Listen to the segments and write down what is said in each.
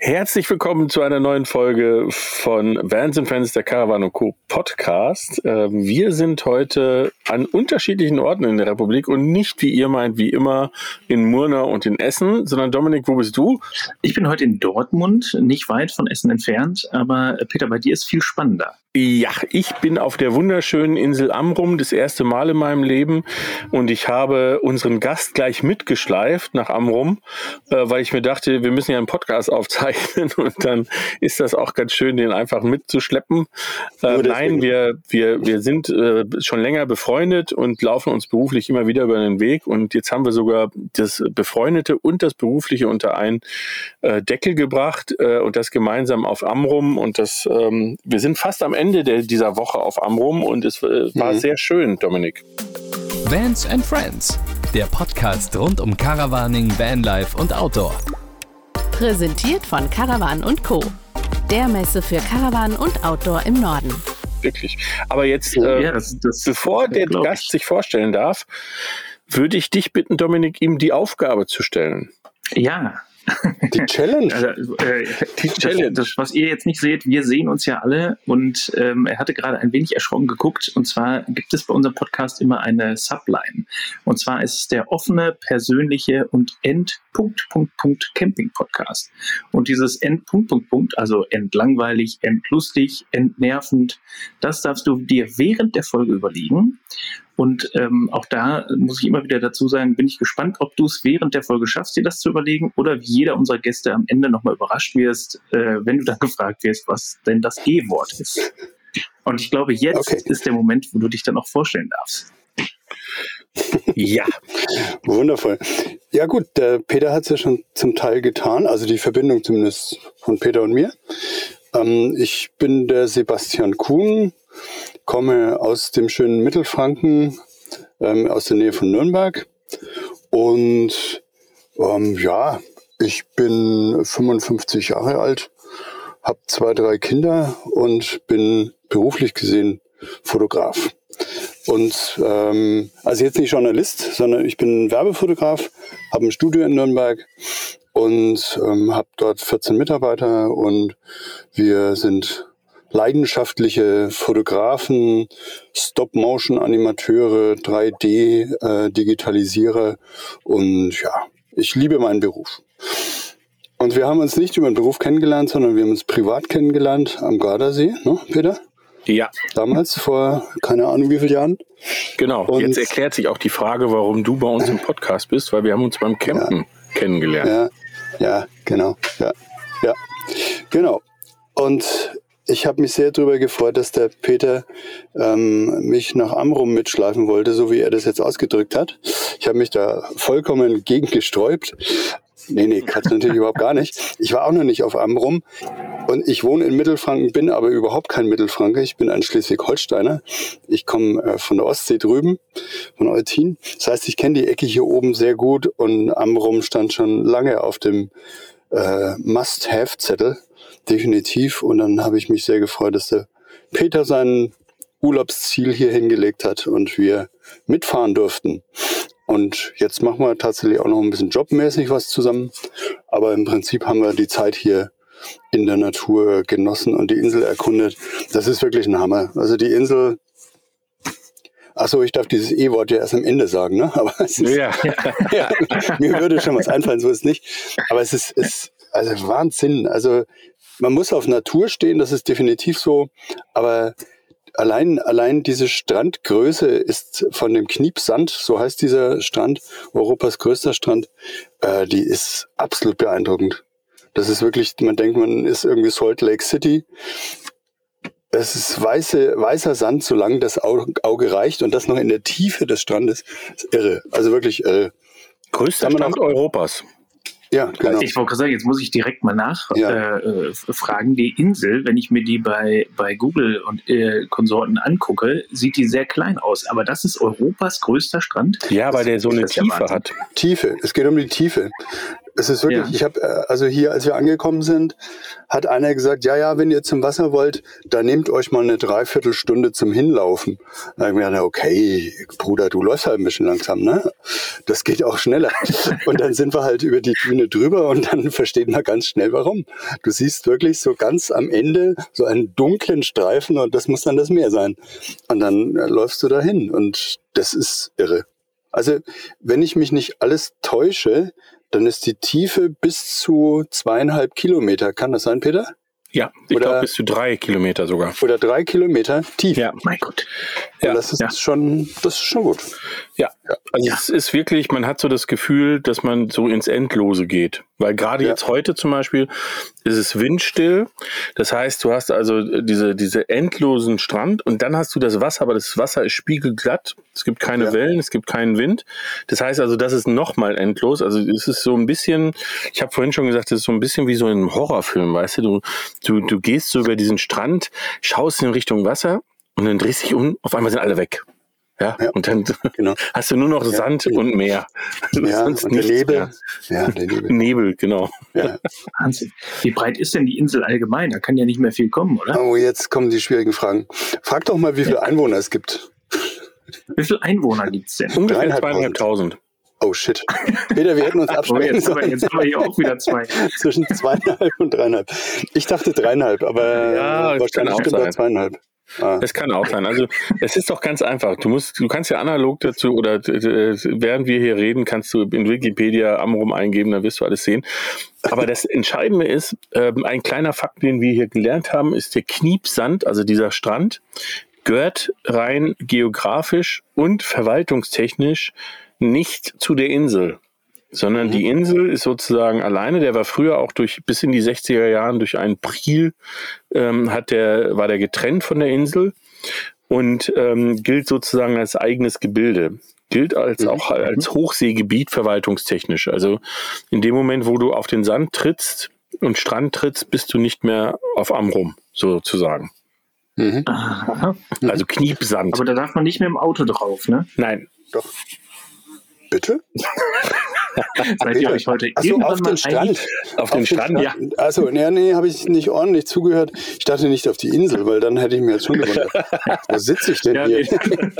Herzlich willkommen zu einer neuen Folge von Vans & Friends, der Caravan & Co. Podcast. Wir sind heute an unterschiedlichen Orten in der Republik und nicht, wie ihr meint, wie immer in Murnau und in Essen, sondern Dominik, wo bist du? Ich bin heute in Dortmund, nicht weit von Essen entfernt, aber Peter, bei dir ist viel spannender. Ja, ich bin auf der wunderschönen Insel Amrum, das erste Mal in meinem Leben, und ich habe unseren Gast gleich mitgeschleift nach Amrum, weil ich mir dachte, wir müssen ja einen Podcast aufzeichnen und dann ist das auch ganz schön, den einfach mitzuschleppen. Nein, wir sind schon länger befreundet und laufen uns beruflich immer wieder über den Weg, und jetzt haben wir sogar das Befreundete und das Berufliche unter einen Deckel gebracht und das gemeinsam auf Amrum, und wir sind fast am Ende dieser Woche auf Amrum und es war sehr schön, Dominik. Vans & Friends, der Podcast rund um Caravaning, Vanlife und Outdoor. Präsentiert von Caravan & Co., der Messe für Caravan und Outdoor im Norden. Wirklich. Aber jetzt, bevor der Gast sich vorstellen darf, würde ich dich bitten, Dominik, ihm die Aufgabe zu stellen. Ja. Die Challenge. Die Challenge. Das, was ihr jetzt nicht seht, wir sehen uns ja alle, und er hatte gerade ein wenig erschrocken geguckt, und zwar gibt es bei unserem Podcast immer eine Subline, und zwar ist es der offene, persönliche und Camping-Podcast. Und dieses also entlangweilig, entlustig, entnervend, das darfst du dir während der Folge überlegen. Und auch da muss ich immer wieder dazu sagen, bin ich gespannt, ob du es während der Folge schaffst, dir das zu überlegen, oder wie jeder unserer Gäste am Ende nochmal überrascht wirst, wenn du dann gefragt wirst, was denn das E-Wort ist. Und ich glaube, jetzt ist der Moment, wo du dich dann auch vorstellen darfst. Ja, wundervoll. Ja gut, der Peter hat es ja schon zum Teil getan, also die Verbindung zumindest von Peter und mir. Ich bin der Sebastian Kuhn, komme aus dem schönen Mittelfranken, aus der Nähe von Nürnberg, und ich bin 55 Jahre alt, habe 2, 3 Kinder und bin beruflich gesehen Fotograf. Und also jetzt nicht Journalist, sondern ich bin Werbefotograf, habe ein Studio in Nürnberg und habe dort 14 Mitarbeiter, und wir sind leidenschaftliche Fotografen, Stop-Motion-Animateure, 3D-Digitalisierer, und ja, ich liebe meinen Beruf. Und wir haben uns nicht über den Beruf kennengelernt, sondern wir haben uns privat kennengelernt am Gardasee, ne, Peter? Ja. Damals, vor keine Ahnung wie vielen Jahren. Genau, und jetzt erklärt sich auch die Frage, warum du bei uns im Podcast bist, weil wir haben uns beim Campen kennengelernt. Ja, genau. Ja, genau. Und ich habe mich sehr darüber gefreut, dass der Peter mich nach Amrum mitschleifen wollte, so wie er das jetzt ausgedrückt hat. Ich habe mich da vollkommen gegen gesträubt. Nee, Quatsch, natürlich überhaupt gar nicht. Ich war auch noch nicht auf Amrum, und ich wohne in Mittelfranken, bin aber überhaupt kein Mittelfranke. Ich bin ein Schleswig-Holsteiner. Ich komme von der Ostsee drüben, von Eutin. Das heißt, ich kenne die Ecke hier oben sehr gut, und Amrum stand schon lange auf dem Must-Have-Zettel, definitiv. Und dann habe ich mich sehr gefreut, dass der Peter sein Urlaubsziel hier hingelegt hat und wir mitfahren durften. Und jetzt machen wir tatsächlich auch noch ein bisschen jobmäßig was zusammen. Aber im Prinzip haben wir die Zeit hier in der Natur genossen und die Insel erkundet. Das ist wirklich ein Hammer. Also die Insel... Achso, ich darf dieses E-Wort ja erst am Ende sagen, ne? Aber es ist, ja, mir würde schon was einfallen, so ist es nicht. Aber es ist also Wahnsinn. Also man muss auf Natur stehen, das ist definitiv so. Aber allein diese Strandgröße ist von dem Kniepsand, so heißt dieser Strand, Europas größter Strand, die ist absolut beeindruckend. Das ist wirklich, man denkt, man ist irgendwie Salt Lake City. Es ist weißer Sand, solange das Auge reicht, und das noch in der Tiefe des Strandes. Das ist irre. Also wirklich irre. Größter Strand Europas. Ja, genau. Ich wollte gerade sagen, jetzt muss ich direkt mal nachfragen. Die Insel, wenn ich mir die bei Google und Konsorten angucke, sieht die sehr klein aus. Aber das ist Europas größter Strand? Ja, weil der so eine Tiefe hat. Tiefe. Es geht um die Tiefe. Es ist wirklich, Ja. ich habe, also hier, als wir angekommen sind, hat einer gesagt, ja, wenn ihr zum Wasser wollt, dann nehmt euch mal eine Dreiviertelstunde zum Hinlaufen. Da habe ich mir gedacht, okay, Bruder, du läufst halt ein bisschen langsam, ne? Das geht auch schneller. Und dann sind wir halt über die Düne drüber und dann versteht man ganz schnell, warum. Du siehst wirklich so ganz am Ende so einen dunklen Streifen und das muss dann das Meer sein. Und dann läufst du dahin und das ist irre. Also, wenn ich mich nicht alles täusche, dann ist die Tiefe bis zu 2,5 Kilometer. Kann das sein, Peter? Ja, ich glaube bis zu 3 Kilometer sogar. Oder 3 Kilometer tief. Ja. Mein Gott. Ja, das ist schon gut. Ja, also es ist wirklich, man hat so das Gefühl, dass man so ins Endlose geht. Weil gerade jetzt heute zum Beispiel ist es windstill. Das heißt, du hast also diese endlosen Strand und dann hast du das Wasser, aber das Wasser ist spiegelglatt. Es gibt keine Wellen, es gibt keinen Wind. Das heißt also, das ist nochmal endlos. Also es ist so ein bisschen, ich habe vorhin schon gesagt, es ist so ein bisschen wie so ein Horrorfilm, weißt du? Du gehst so über diesen Strand, schaust in Richtung Wasser und dann drehst dich um, auf einmal sind alle weg. Ja, und dann hast du nur noch Sand und Meer. Ja, sonst und der nichts Nebel. mehr. Ja, der Nebel. Nebel, genau. Ja. Wahnsinn. Wie breit ist denn die Insel allgemein? Da kann ja nicht mehr viel kommen, oder? Oh, jetzt kommen die schwierigen Fragen. Frag doch mal, wie viele Einwohner es gibt. Wie viele Einwohner gibt es denn? Ungefähr 3.500. 2.500. Oh shit. Peter, wir hätten uns Oh, absprechen jetzt haben sollen. wir hier auch wieder 2. Zwischen 2,5 und 3,5. Ich dachte 3,5, aber Ja, das kann wahrscheinlich auch stimmt sein. 2,5. Ah. Das kann auch sein. Also es ist doch ganz einfach. Du kannst ja analog dazu oder während wir hier reden, kannst du in Wikipedia Amrum eingeben, dann wirst du alles sehen. Aber das Entscheidende ist, ein kleiner Fakt, den wir hier gelernt haben, ist der Kniepsand, also dieser Strand, gehört rein geografisch und verwaltungstechnisch nicht zu der Insel. Sondern die Insel ist sozusagen alleine. Der war früher auch bis in die 60er Jahren durch einen Priel war der getrennt von der Insel und gilt sozusagen als eigenes Gebilde. Gilt auch als Hochseegebiet verwaltungstechnisch. Also in dem Moment, wo du auf den Sand trittst und Strand trittst, bist du nicht mehr auf Amrum, sozusagen. Aha. Also Kniepsand. Aber da darf man nicht mit dem Auto drauf, ne? Nein. Doch. Bitte? Seid ihr euch heute Achso, irgendwann auf mal den Strand. Auf den Strand, ja. Achso, nee, habe ich nicht ordentlich zugehört. Ich dachte nicht auf die Insel, weil dann hätte ich mir jetzt schon gewundert. Wo sitze ich denn Ja, hier?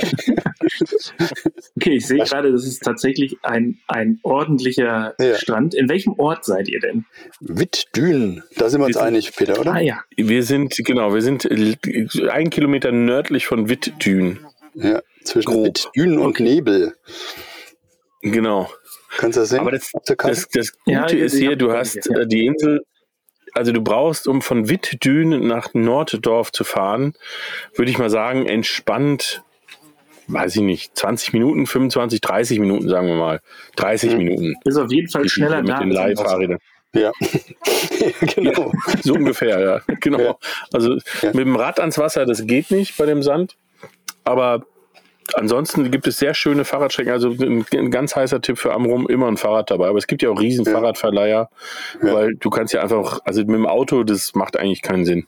Okay, ich sehe gerade, das ist tatsächlich ein ordentlicher Strand. In welchem Ort seid ihr denn? Wittdün, da sind wir uns einig, Peter, oder? Ah ja. Wir sind 1 Kilometer nördlich von Wittdün. Ja, zwischen Grob. Wittdün und Nebel. Genau. Kannst du das sehen? Aber das Auf der Karte? Gute Ja, ist ich hier, hab du das hast jetzt, ja. die Insel, also du brauchst, um von Wittdün nach Norddorf zu fahren, würde ich mal sagen, entspannt, weiß ich nicht, 20 Minuten, 25, 30 Minuten, sagen wir mal. 30 Minuten. Ist auf jeden Fall schneller mit da. den Leihfahrrädern. Ja. Genau. So ungefähr, ja. Genau. Ja. Also mit dem Rad ans Wasser, das geht nicht bei dem Sand. Aber ansonsten gibt es sehr schöne Fahrradstrecken. Also ein ganz heißer Tipp für Amrum, immer ein Fahrrad dabei. Aber es gibt ja auch riesen Fahrradverleiher, weil du kannst ja einfach, also mit dem Auto, das macht eigentlich keinen Sinn.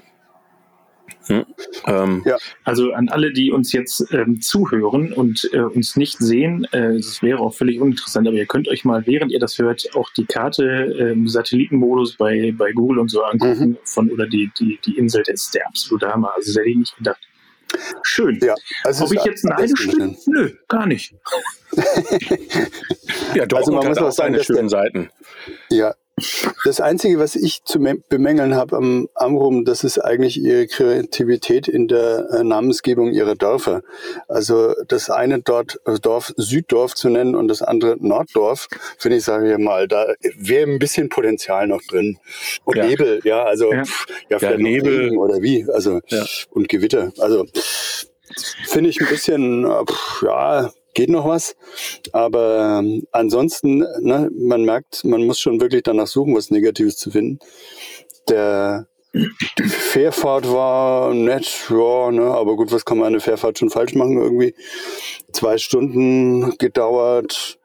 Also an alle, die uns jetzt zuhören und uns nicht sehen, das wäre auch völlig uninteressant, aber ihr könnt euch mal, während ihr das hört, auch die Karte Satellitenmodus bei Google und so angucken oder die Insel, das ist der absolute Hammer. Also das hätte ich nicht gedacht. Schön. Ja, also Ob ich jetzt neidisch bin? Nö, gar nicht. Ja, doch, Also man hat muss auch auch sagen, seine dass schönen Seiten. Ja. Das Einzige, was ich zu bemängeln habe am Amrum, das ist eigentlich ihre Kreativität in der Namensgebung ihrer Dörfer. Also das eine Dorf Süddorf zu nennen und das andere Norddorf, finde ich, sage ich mal, da wäre ein bisschen Potenzial noch drin. Und Nebel, also vielleicht Nebel Regen oder wie, also und Gewitter. Also finde ich ein bisschen, geht noch was, aber ansonsten, ne, man merkt, man muss schon wirklich danach suchen, was Negatives zu finden. Die Fährfahrt war nett, aber gut, was kann man an der Fährfahrt schon falsch machen irgendwie? 2 Stunden gedauert,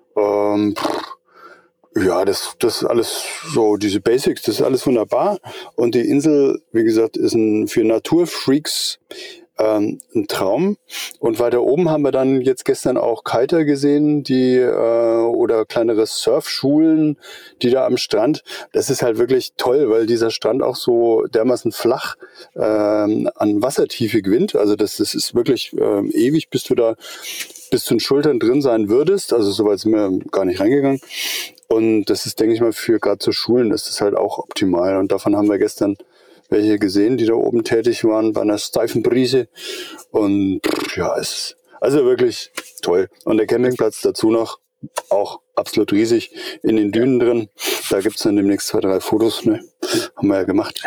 das ist alles so, diese Basics, das ist alles wunderbar und die Insel, wie gesagt, ist für Naturfreaks ein Traum. Und weiter oben haben wir dann jetzt gestern auch Kiter gesehen, oder kleinere Surfschulen, die da am Strand. Das ist halt wirklich toll, weil dieser Strand auch so dermaßen flach an Wassertiefe gewinnt. Also das ist wirklich ewig, bis du da bis zu den Schultern drin sein würdest. Also so weit sind wir gar nicht reingegangen. Und das ist, denke ich mal, für gerade zu Schulen, das ist halt auch optimal. Und davon haben wir gestern welche gesehen, die da oben tätig waren bei einer steifen Brise. Und ja, es ist also wirklich toll. Und der Campingplatz dazu noch auch absolut riesig in den Dünen drin. Da gibt's dann demnächst 2, 3 Fotos, ne? Haben wir ja gemacht.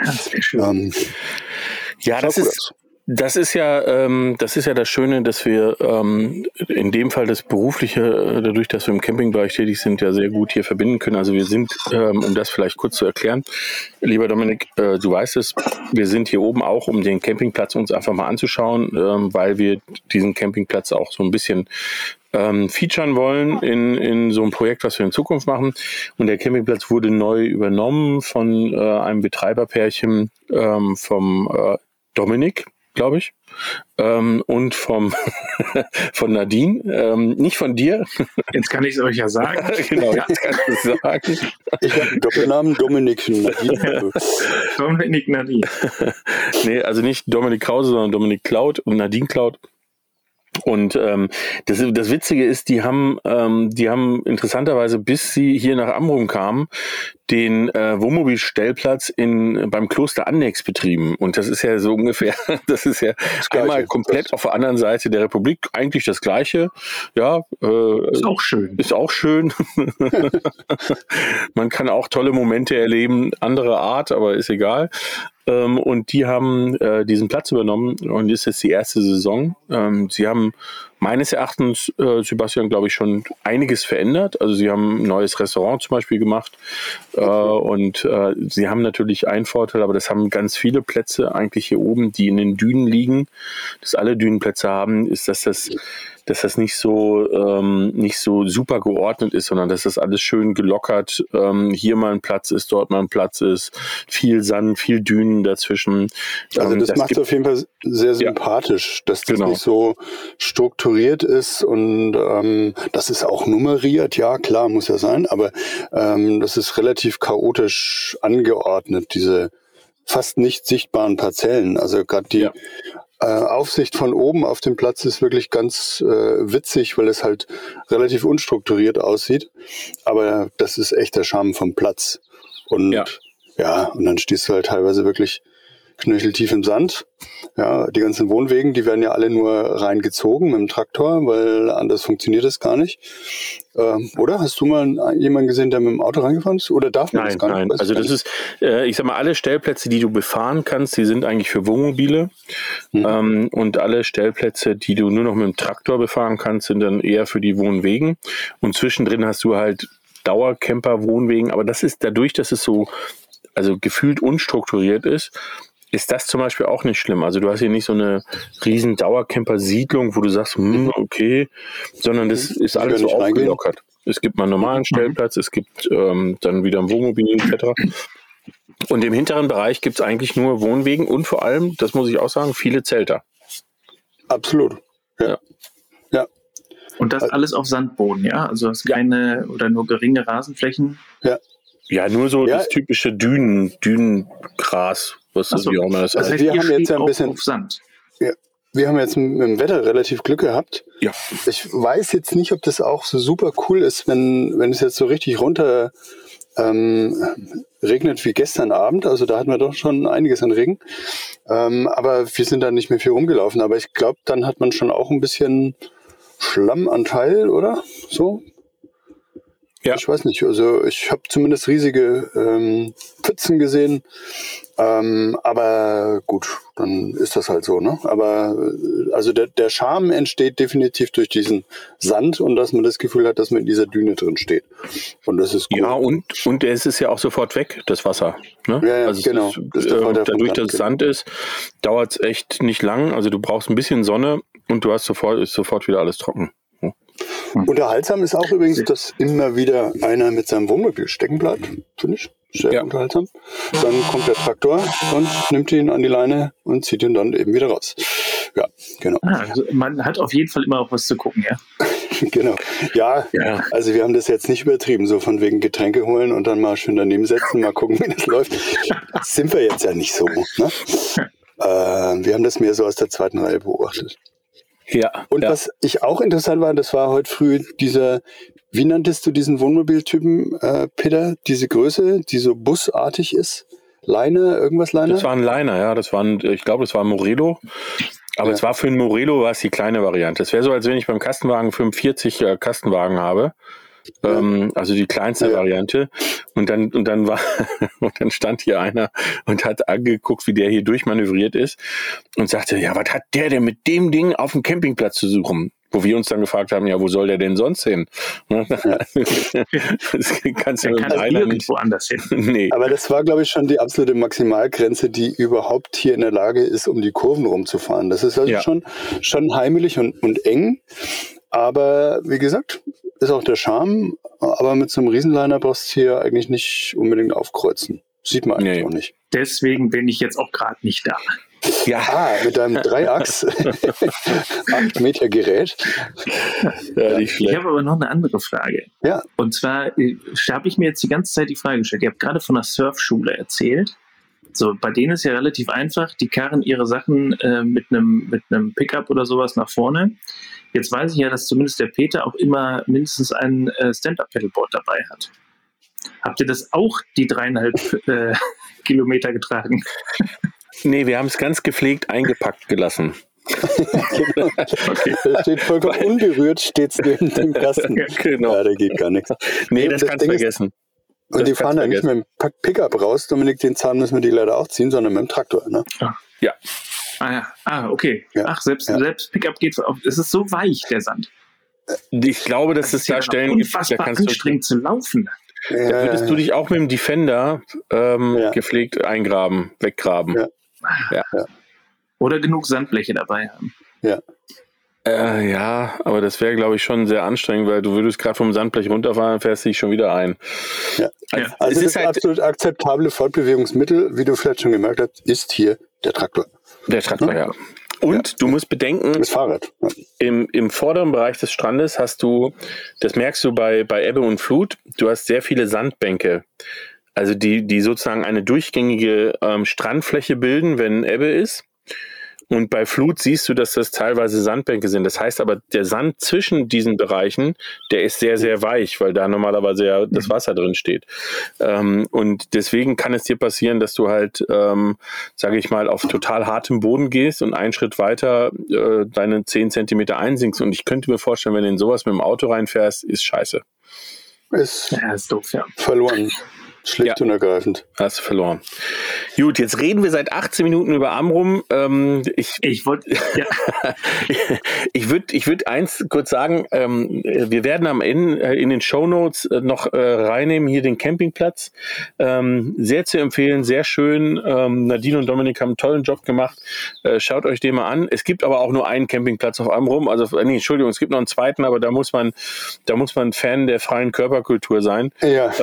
Ja, das ist ja das Schöne, dass wir in dem Fall das Berufliche, dadurch, dass wir im Campingbereich tätig sind, ja sehr gut hier verbinden können. Also wir sind, um das vielleicht kurz zu erklären, lieber Dominik, du weißt es, wir sind hier oben auch, um den Campingplatz uns einfach mal anzuschauen, weil wir diesen Campingplatz auch so ein bisschen featuren wollen in so einem Projekt, was wir in Zukunft machen. Und der Campingplatz wurde neu übernommen von einem Betreiberpärchen vom Dominik, glaube ich, und von Nadine, nicht von dir. Jetzt kann ich es euch ja sagen. Genau, jetzt kann ich es sagen. Ich habe den Doppelnamen Dominik Nadine. Dominik Nadine. Nee, also nicht Dominik Krause, sondern Dominik Klaut und Nadine Klaut. Und das Witzige ist, die haben interessanterweise, bis sie hier nach Amrum kamen, den Wohnmobilstellplatz beim Kloster Annex betrieben. Und das ist ja so ungefähr, das ist ja einmal komplett auf der anderen Seite der Republik, eigentlich das Gleiche. Ja, ist auch schön. Ist auch schön. Man kann auch tolle Momente erleben, andere Art, aber ist egal. Und die haben diesen Platz übernommen und das ist jetzt die erste Saison. Sie haben meines Erachtens, Sebastian, glaube ich, schon einiges verändert. Also sie haben ein neues Restaurant zum Beispiel gemacht und sie haben natürlich einen Vorteil, aber das haben ganz viele Plätze eigentlich hier oben, die in den Dünen liegen, dass alle Dünenplätze haben, ist, dass das nicht so super geordnet ist, sondern dass das alles schön gelockert, hier mal ein Platz ist, dort mal ein Platz ist, viel Sand, viel Dünen dazwischen. Also das macht es auf jeden Fall sehr sympathisch, dass das nicht so strukturiert ist und das ist auch nummeriert, ja klar, muss ja sein, aber das ist relativ chaotisch angeordnet, diese fast nicht sichtbaren Parzellen. Also gerade die Aufsicht von oben auf dem Platz ist wirklich ganz witzig, weil es halt relativ unstrukturiert aussieht. Aber das ist echt der Charme vom Platz. Und und dann stehst du halt teilweise wirklich knöcheltief im Sand. Ja, die ganzen Wohnwegen, die werden ja alle nur reingezogen mit dem Traktor, weil anders funktioniert das gar nicht. Oder? Hast du mal jemanden gesehen, der mit dem Auto reingefahren ist? Oder darf man das gar nicht? Nein, also das ist, ich sag mal, alle Stellplätze, die du befahren kannst, die sind eigentlich für Wohnmobile. Und alle Stellplätze, die du nur noch mit dem Traktor befahren kannst, sind dann eher für die Wohnwegen. Und zwischendrin hast du halt Dauercamper-Wohnwegen. Aber das ist dadurch, dass es so, also gefühlt unstrukturiert ist das zum Beispiel auch nicht schlimm. Also du hast hier nicht so eine riesen Dauercamper-Siedlung, wo du sagst, okay, sondern das ist alles so aufgelockert. Es gibt mal einen normalen Stellplatz, es gibt dann wieder ein Wohnmobil etc. Und im hinteren Bereich gibt es eigentlich nur Wohnwegen und vor allem, das muss ich auch sagen, viele Zelter. Absolut, ja. Und das alles auf Sandboden, ja? Also das keine oder nur geringe Rasenflächen? Ja, nur so das typische Dünengras, was wie auch immer das heißt. Wir haben jetzt ein bisschen auf Sand. Ja, wir haben jetzt mit dem Wetter relativ Glück gehabt. Ja. Ich weiß jetzt nicht, ob das auch so super cool ist, wenn es jetzt so richtig runter regnet wie gestern Abend. Also da hatten wir doch schon einiges an Regen. Aber wir sind da nicht mehr viel rumgelaufen. Aber ich glaube, dann hat man schon auch ein bisschen Schlammanteil, oder? So? Ja. Ich weiß nicht, also ich habe zumindest riesige Pfützen gesehen, aber gut, dann ist das halt so, ne? Aber also der Charme entsteht definitiv durch diesen Sand und dass man das Gefühl hat, dass man in dieser Düne drin steht. Und das ist gut. Ja, und es ist ja auch sofort weg, das Wasser. Ne? Ja, also genau. Dadurch, dass es Sand ist, dauert es echt nicht lang. Also du brauchst ein bisschen Sonne und du hast sofort wieder alles trocken. Unterhaltsam ist auch übrigens, dass immer wieder einer mit seinem Wohnmobil stecken bleibt, finde ich. Sehr unterhaltsam. Dann kommt der Traktor und nimmt ihn an die Leine und zieht ihn dann eben wieder raus. Ja, genau. Also man hat auf jeden Fall immer auch was zu gucken, ja. Genau. Ja, also wir haben das jetzt nicht übertrieben, so von wegen Getränke holen und dann mal schön daneben setzen, mal gucken, wie das läuft. Das sind wir jetzt ja nicht so. Ne? Wir haben das mehr so aus der zweiten Reihe beobachtet. Ja. Und was ich auch interessant war, das war heute früh dieser, wie nanntest du diesen Wohnmobiltypen, Peter? Diese Größe, die so busartig ist? Liner, irgendwas Liner? Das war ein Liner, ja. Ich glaube, das war ein Morelo. Aber es war für einen Morelo war es die kleine Variante. Es wäre so, als wenn ich beim Kastenwagen 45 Kastenwagen habe. Also die kleinste Variante. Und dann stand hier einer und hat angeguckt, wie der hier durchmanövriert ist und sagte, ja, was hat der denn mit dem Ding auf dem Campingplatz zu suchen? Wo wir uns dann gefragt haben, ja, wo soll der denn sonst hin? Das kannst du leider nicht woanders hin. Nee. Aber das war, glaube ich, schon die absolute Maximalgrenze, die überhaupt hier in der Lage ist, um die Kurven rumzufahren. Das ist also schon heimelig und eng. Aber wie gesagt, ist auch der Charme. Aber mit so einem Riesenliner brauchst du hier eigentlich nicht unbedingt aufkreuzen. Sieht man eigentlich auch nicht. Deswegen bin ich jetzt auch gerade nicht da. Ja, mit deinem Dreiachs 8 Meter Gerät. Ja, nicht schlecht. Ich habe aber noch eine andere Frage. Ja. Und zwar habe ich mir jetzt die ganze Zeit die Frage gestellt. Ihr habt gerade von einer Surfschule erzählt. So, bei denen ist ja relativ einfach. Die karren ihre Sachen mit einem Pickup oder sowas nach vorne. Jetzt weiß ich ja, dass zumindest der Peter auch immer mindestens ein Stand-Up-Pedalboard dabei hat. Habt ihr das auch die 3,5 Kilometer getragen? Nee, wir haben es ganz gepflegt eingepackt gelassen. Genau. Okay. Das steht vollkommen unberührt, steht es neben dem Kasten. Genau. Ja, da geht gar nichts. Nee, das kannst du vergessen. Und die fahren ja nicht mit dem Pickup raus, Dominik, den Zahn müssen wir die leider auch ziehen, sondern mit dem Traktor. Ne? Ja. Okay. Ja. Ach, selbst Pickup geht auf. Es ist so weich, der Sand. Ich glaube, dass es da Stellen gibt, da kannst du anstrengend zu laufen. Da würdest du dich auch mit dem Defender gepflegt weggraben. Ja. Oder genug Sandbleche dabei haben. Ja. Aber das wäre, glaube ich, schon sehr anstrengend, weil du würdest gerade vom Sandblech runterfahren, fährst dich schon wieder ein. Ja. Also es das ist absolut akzeptable Fortbewegungsmittel, wie du vielleicht schon gemerkt hast, ist hier der Traktor. Der Traktor, ja. Und du musst bedenken, das Fahrrad. Im vorderen Bereich des Strandes hast du, das merkst du bei Ebbe und Flut, du hast sehr viele Sandbänke. Also die sozusagen eine durchgängige Strandfläche bilden, wenn Ebbe ist. Und bei Flut siehst du, dass das teilweise Sandbänke sind. Das heißt aber, der Sand zwischen diesen Bereichen, der ist sehr, sehr weich, weil da normalerweise ja das Wasser drin steht. Und deswegen kann es dir passieren, dass du halt, sage ich mal, auf total hartem Boden gehst und einen Schritt weiter deine 10 Zentimeter einsinkst. Und ich könnte mir vorstellen, wenn du in sowas mit dem Auto reinfährst, ist scheiße. Ist doof, ja. Verloren. Schlicht und ergreifend. Hast du verloren. Gut, jetzt reden wir seit 18 Minuten über Amrum. Ich würde eins kurz sagen, wir werden am Ende in den Shownotes noch reinnehmen, hier den Campingplatz. Sehr zu empfehlen, sehr schön. Nadine und Dominik haben einen tollen Job gemacht. Schaut euch den mal an. Es gibt aber auch nur einen Campingplatz auf Amrum. Entschuldigung, es gibt noch einen zweiten, aber da muss man Fan der freien Körperkultur sein. Ja.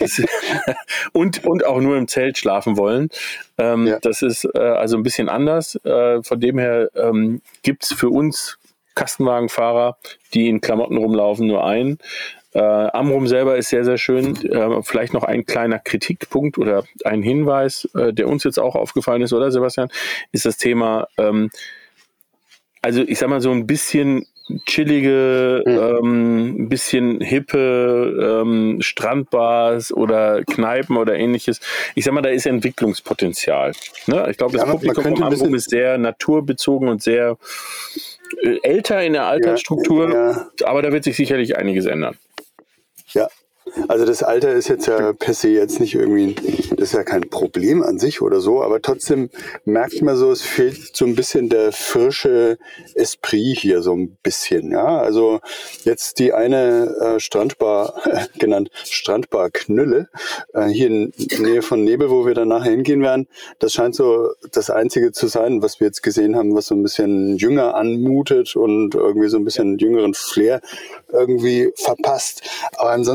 Und auch nur im Zelt schlafen wollen. Das ist also ein bisschen anders. Von dem her gibt es für uns Kastenwagenfahrer, die in Klamotten rumlaufen, nur einen. Amrum selber ist sehr, sehr schön. Vielleicht noch ein kleiner Kritikpunkt oder ein Hinweis, der uns jetzt auch aufgefallen ist, oder Sebastian, ist das Thema, also ich sag mal so ein bisschen chillige, ein bisschen hippe Strandbars oder Kneipen oder ähnliches. Ich sag mal, da ist Entwicklungspotenzial. Ne? Ich glaube, das Publikum von Amrum ist sehr naturbezogen und sehr älter in der Altersstruktur, aber da wird sich sicherlich einiges ändern. Ja. Also das Alter ist jetzt ja per se jetzt nicht irgendwie, das ist ja kein Problem an sich oder so, aber trotzdem merkt man so, es fehlt so ein bisschen der frische Esprit hier so ein bisschen, ja. Also jetzt die eine Strandbar, genannt Strandbar Knülle, hier in Nähe von Nebel, wo wir dann nachher hingehen werden, das scheint so das Einzige zu sein, was wir jetzt gesehen haben, was so ein bisschen jünger anmutet und irgendwie so ein bisschen jüngeren Flair irgendwie verpasst. Aber ansonsten,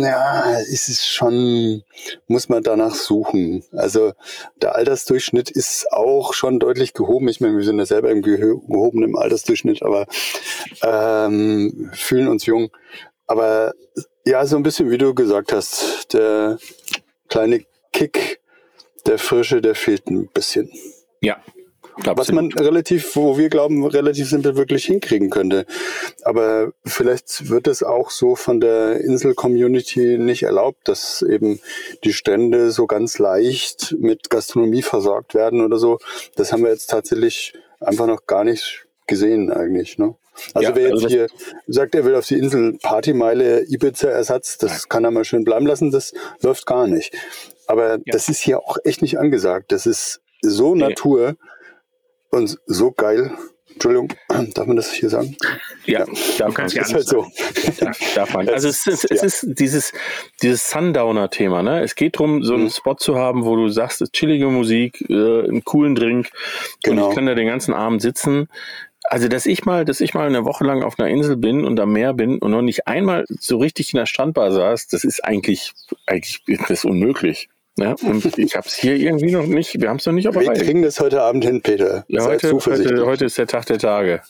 ist es schon, muss man danach suchen. Also der Altersdurchschnitt ist auch schon deutlich gehoben. Ich meine, wir sind ja selber im gehobenen Altersdurchschnitt, aber fühlen uns jung. Aber ja, so ein bisschen, wie du gesagt hast, der kleine Kick, der Frische, der fehlt ein bisschen. Ja. Was man wo wir glauben, relativ simpel wirklich hinkriegen könnte. Aber vielleicht wird es auch so von der Insel-Community nicht erlaubt, dass eben die Strände so ganz leicht mit Gastronomie versorgt werden oder so. Das haben wir jetzt tatsächlich einfach noch gar nicht gesehen eigentlich, ne? Also wer jetzt hier sagt, er will auf die Insel Partymeile Ibiza-Ersatz, das kann er mal schön bleiben lassen, das läuft gar nicht. Aber das ist hier auch echt nicht angesagt. Das ist so Natur und so geil. Entschuldigung, darf man das hier sagen? Ja, darf man. Ist halt so. Darf man. Also es ist dieses Sundowner-Thema, ne? Es geht darum, so einen Spot zu haben, wo du sagst, chillige Musik, einen coolen Drink, und ich kann da den ganzen Abend sitzen. Also, dass ich mal eine Woche lang auf einer Insel bin und am Meer bin und noch nicht einmal so richtig in der Strandbar saß, das ist eigentlich ist das unmöglich. Ja, und ich habe es hier irgendwie noch nicht, wir haben es noch nicht auf der Reihe. Wir kriegen das heute Abend hin, Peter. Ja, heute ist der Tag der Tage.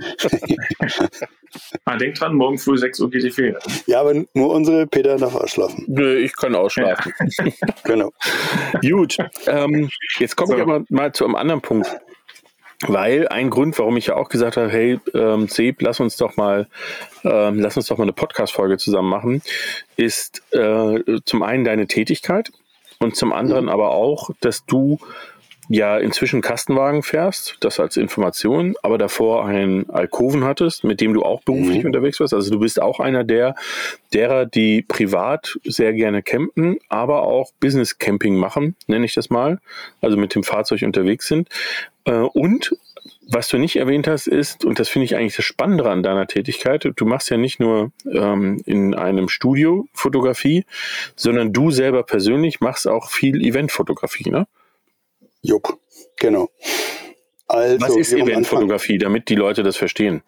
Denk dran, morgen früh 6 Uhr geht die Fähre. Ja, aber nur unsere Peter darf ausschlafen. Nö, ich kann ausschlafen. Ja. Genau. Gut, jetzt komme ich aber mal zu einem anderen Punkt. Weil ein Grund, warum ich ja auch gesagt habe, hey, Seb, lass uns doch mal eine Podcast-Folge zusammen machen, ist zum einen deine Tätigkeit und zum anderen aber auch, dass du ja inzwischen Kastenwagen fährst, das als Information, aber davor einen Alkoven hattest, mit dem du auch beruflich unterwegs warst. Also du bist auch einer derer, die privat sehr gerne campen, aber auch Business Camping machen, nenne ich das mal, also mit dem Fahrzeug unterwegs sind. Und was du nicht erwähnt hast ist, und das finde ich eigentlich das Spannende an deiner Tätigkeit, du machst ja nicht nur in einem Studio Fotografie, sondern du selber persönlich machst auch viel Eventfotografie, ne? Jupp, genau. Also, was ist Eventfotografie, damit die Leute das verstehen?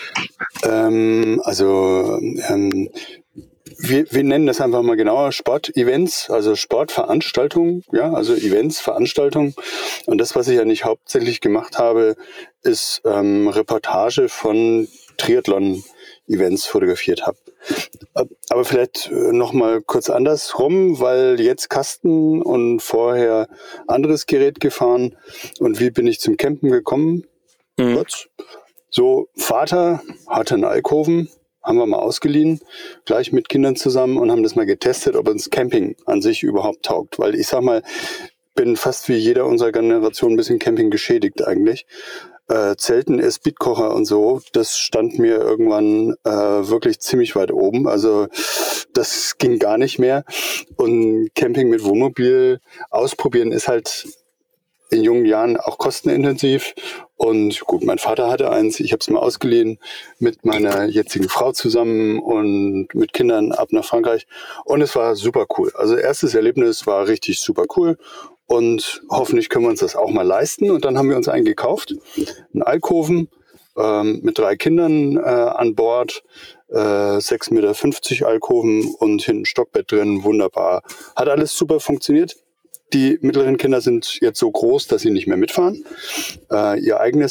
Wir nennen das einfach mal genauer Sportevents, also Sportveranstaltungen, ja, also Events, Veranstaltungen. Und das, was ich ja nicht hauptsächlich gemacht habe, ist Reportage von Triathlon-Events fotografiert habe. Aber vielleicht nochmal kurz andersrum, weil jetzt Kasten und vorher anderes Gerät gefahren. Und wie bin ich zum Campen gekommen? So, Vater hatte einen Alkoven, haben wir mal ausgeliehen, gleich mit Kindern zusammen und haben das mal getestet, ob uns Camping an sich überhaupt taugt. Weil ich sag mal, bin fast wie jeder unserer Generation ein bisschen Camping geschädigt eigentlich. Zelten, Speedkocher und so, das stand mir irgendwann wirklich ziemlich weit oben. Also das ging gar nicht mehr. Und Camping mit Wohnmobil ausprobieren ist halt in jungen Jahren auch kostenintensiv. Und gut, mein Vater hatte eins, ich habe es mal ausgeliehen mit meiner jetzigen Frau zusammen und mit Kindern ab nach Frankreich. Und es war super cool. Also erstes Erlebnis war richtig super cool. Und hoffentlich können wir uns das auch mal leisten. Und dann haben wir uns einen gekauft, einen Alkoven mit 3 Kindern an Bord, 6,50 Meter Alkoven und hinten Stockbett drin, wunderbar. Hat alles super funktioniert. Die mittleren Kinder sind jetzt so groß, dass sie nicht mehr mitfahren, ihre eigene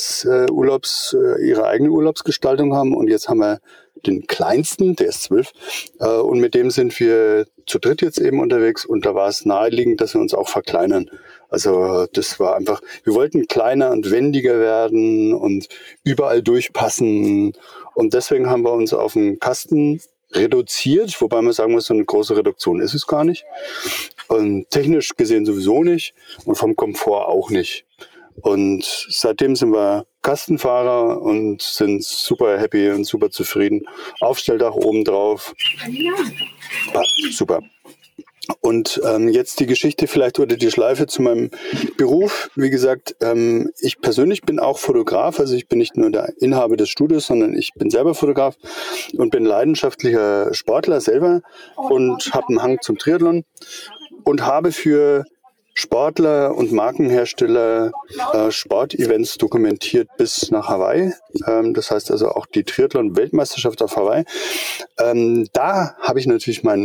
Urlaubsgestaltung haben. Und jetzt haben wir den kleinsten, der ist 12, und mit dem sind wir zu dritt jetzt eben unterwegs. Und da war es naheliegend, dass wir uns auch verkleinern. Also das war einfach, wir wollten kleiner und wendiger werden und überall durchpassen. Und deswegen haben wir uns auf einen Kasten reduziert, wobei man sagen muss, so eine große Reduktion ist es gar nicht. Und technisch gesehen sowieso nicht und vom Komfort auch nicht. Und seitdem sind wir Kastenfahrer und sind super happy und super zufrieden. Aufstelldach oben drauf. Passt, super. Und jetzt die Geschichte vielleicht oder die Schleife zu meinem Beruf. Wie gesagt, ich persönlich bin auch Fotograf. Also ich bin nicht nur der Inhaber des Studios, sondern ich bin selber Fotograf und bin leidenschaftlicher Sportler selber und habe einen Hang zum Triathlon und habe für Sportler und Markenhersteller Sportevents dokumentiert bis nach Hawaii. Das heißt also auch die Triathlon-Weltmeisterschaft auf Hawaii. Da habe ich natürlich meinen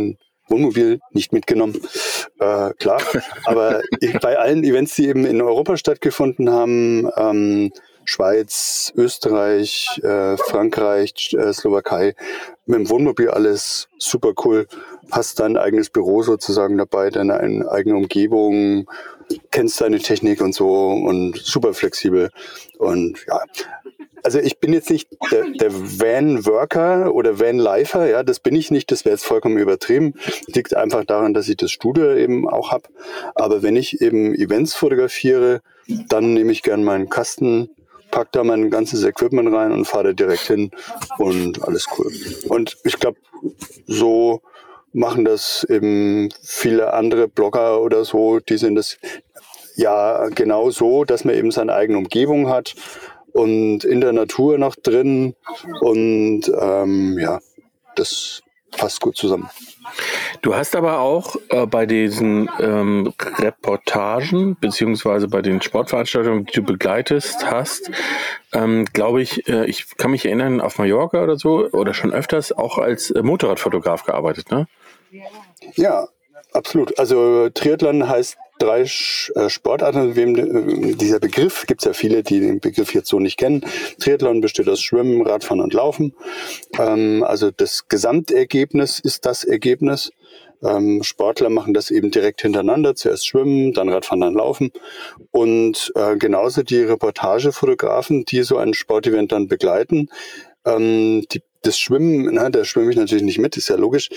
Wohnmobil nicht mitgenommen, klar. Aber bei allen Events, die eben in Europa stattgefunden haben, Schweiz, Österreich, Frankreich, Slowakei, mit dem Wohnmobil alles super cool. Hast dein eigenes Büro sozusagen dabei, deine eigene Umgebung, kennst deine Technik und so und super flexibel. Und ja, also ich bin jetzt nicht der Van-Worker oder Van-Lifer, ja, das bin ich nicht, das wäre jetzt vollkommen übertrieben. Liegt einfach daran, dass ich das Studio eben auch habe. Aber wenn ich eben Events fotografiere, dann nehme ich gern meinen Kasten, pack da mein ganzes Equipment rein und fahre da direkt hin und alles cool. Und ich glaube, so machen das eben viele andere Blogger oder so, die sind das ja genau so, dass man eben seine eigene Umgebung hat und in der Natur noch drin und ja, das passt gut zusammen. Du hast aber auch bei diesen Reportagen beziehungsweise bei den Sportveranstaltungen, die du begleitest hast, glaube ich, ich kann mich erinnern, auf Mallorca oder so oder schon öfters auch als Motorradfotograf gearbeitet, ne? Ja, absolut. Also Triathlon heißt 3 Sportarten. Dieser Begriff, gibt es ja viele, die den Begriff jetzt so nicht kennen. Triathlon besteht aus Schwimmen, Radfahren und Laufen. Also das Gesamtergebnis ist das Ergebnis. Sportler machen das eben direkt hintereinander. Zuerst Schwimmen, dann Radfahren, dann Laufen. Und genauso die Reportagefotografen, die so ein Sportevent dann begleiten. Das Schwimmen, da schwimme ich natürlich nicht mit, ist ja logisch.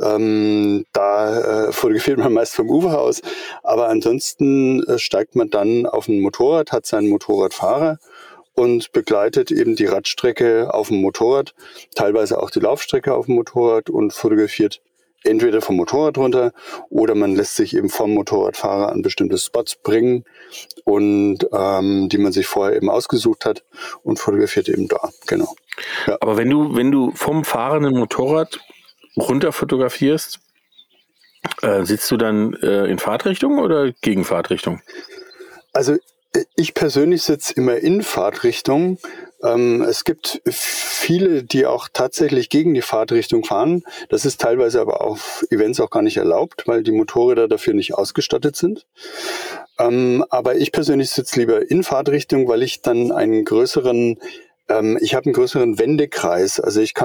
Da fotografiert man meist vom Ufer aus. Aber ansonsten steigt man dann auf ein Motorrad, hat seinen Motorradfahrer und begleitet eben die Radstrecke auf dem Motorrad, teilweise auch die Laufstrecke auf dem Motorrad und fotografiert entweder vom Motorrad runter oder man lässt sich eben vom Motorradfahrer an bestimmte Spots bringen und die man sich vorher eben ausgesucht hat und fotografiert eben da, genau. Ja. Aber wenn du vom fahrenden Motorrad runter fotografierst, sitzt du dann in Fahrtrichtung oder gegen Fahrtrichtung? Also ich persönlich sitze immer in Fahrtrichtung. Es gibt viele, die auch tatsächlich gegen die Fahrtrichtung fahren. Das ist teilweise aber auf Events auch gar nicht erlaubt, weil die Motorräder dafür nicht ausgestattet sind. Aber ich persönlich sitze lieber in Fahrtrichtung, weil ich dann ich habe einen größeren Wendekreis. Also ich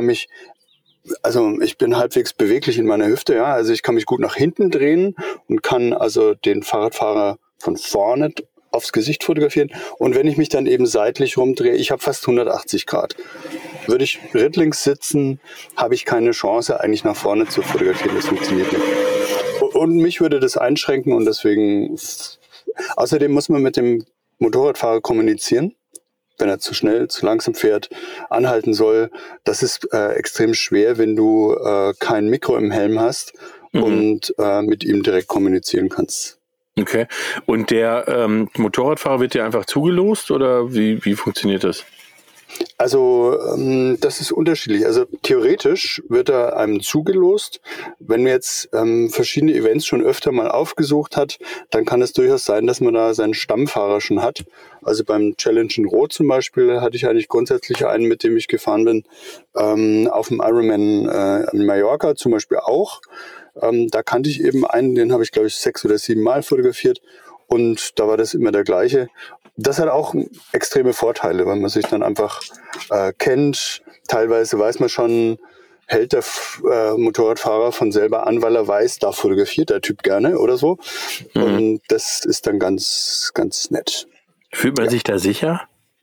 bin halbwegs beweglich in meiner Hüfte, ja. Also ich kann mich gut nach hinten drehen und kann also den Fahrradfahrer von vorne aufs Gesicht fotografieren. Und wenn ich mich dann eben seitlich rumdrehe, ich habe fast 180 Grad. Würde ich rittlings sitzen, habe ich keine Chance, eigentlich nach vorne zu fotografieren. Das funktioniert nicht. Und mich würde das einschränken und deswegen, außerdem muss man mit dem Motorradfahrer kommunizieren. Wenn er zu schnell, zu langsam fährt, anhalten soll. Das ist extrem schwer, wenn du kein Mikro im Helm hast und mit ihm direkt kommunizieren kannst. Okay. Und der Motorradfahrer wird dir einfach zugelost oder wie funktioniert das? Also das ist unterschiedlich. Also theoretisch wird er einem zugelost. Wenn man jetzt verschiedene Events schon öfter mal aufgesucht hat, dann kann es durchaus sein, dass man da seinen Stammfahrer schon hat. Also beim Challenge in Rot zum Beispiel hatte ich eigentlich grundsätzlich einen, mit dem ich gefahren bin. Auf dem Ironman in Mallorca zum Beispiel auch. Da kannte ich eben einen, den habe ich glaube ich 6 oder 7 Mal fotografiert und da war das immer der gleiche. Das hat auch extreme Vorteile, weil man sich dann einfach kennt. Teilweise weiß man schon, hält der Motorradfahrer von selber an, weil er weiß, da fotografiert der Typ gerne oder so. Und das ist dann ganz, ganz nett. Fühlt man sich da sicher?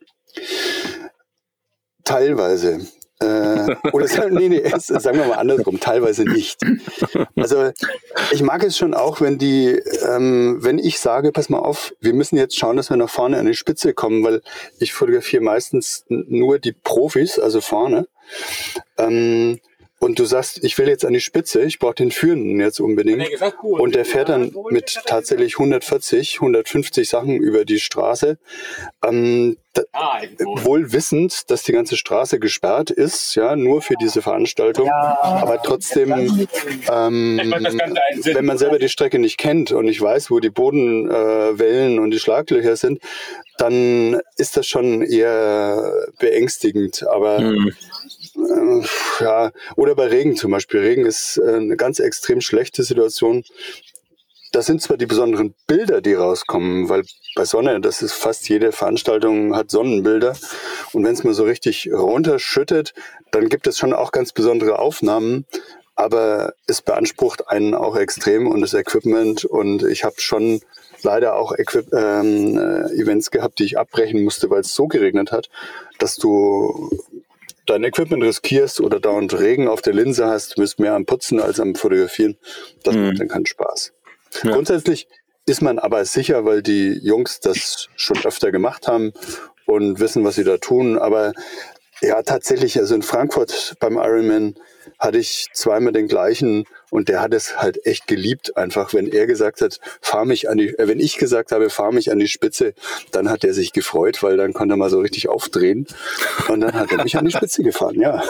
Teilweise. Oder sagen wir mal andersrum, teilweise nicht. Also ich mag es schon auch, wenn ich sage, pass mal auf, wir müssen jetzt schauen, dass wir nach vorne an die Spitze kommen, weil ich fotografiere meistens nur die Profis, also vorne. Und du sagst, ich will jetzt an die Spitze, ich brauche den Führenden jetzt unbedingt. Und der fährt dann mit tatsächlich 140, 150 Sachen über die Straße. Wohl wissend, dass die ganze Straße gesperrt ist, ja, nur für diese Veranstaltung. Aber trotzdem, wenn man selber die Strecke nicht kennt und nicht weiß, wo die Bodenwellen und die Schlaglöcher sind, dann ist das schon eher beängstigend. Aber Ja, oder bei Regen zum Beispiel. Regen ist eine ganz extrem schlechte Situation. Das sind zwar die besonderen Bilder, die rauskommen, weil bei Sonne, das ist fast jede Veranstaltung hat Sonnenbilder. Und wenn es mal so richtig runterschüttet, dann gibt es schon auch ganz besondere Aufnahmen. Aber es beansprucht einen auch extrem und das Equipment. Und ich habe schon leider auch Events gehabt, die ich abbrechen musste, weil es so geregnet hat, dass du dein Equipment riskierst oder dauernd Regen auf der Linse hast. Du bist mehr am Putzen als am Fotografieren. Das macht dann keinen Spaß. Ja. Grundsätzlich ist man aber sicher, weil die Jungs das schon öfter gemacht haben und wissen, was sie da tun. Aber ja, tatsächlich, also in Frankfurt beim Ironman hatte ich zweimal den gleichen und der hat es halt echt geliebt, einfach, wenn er gesagt hat, wenn ich gesagt habe, fahr mich an die Spitze, dann hat er sich gefreut, weil dann konnte er mal so richtig aufdrehen und dann hat er mich an die Spitze gefahren, ja.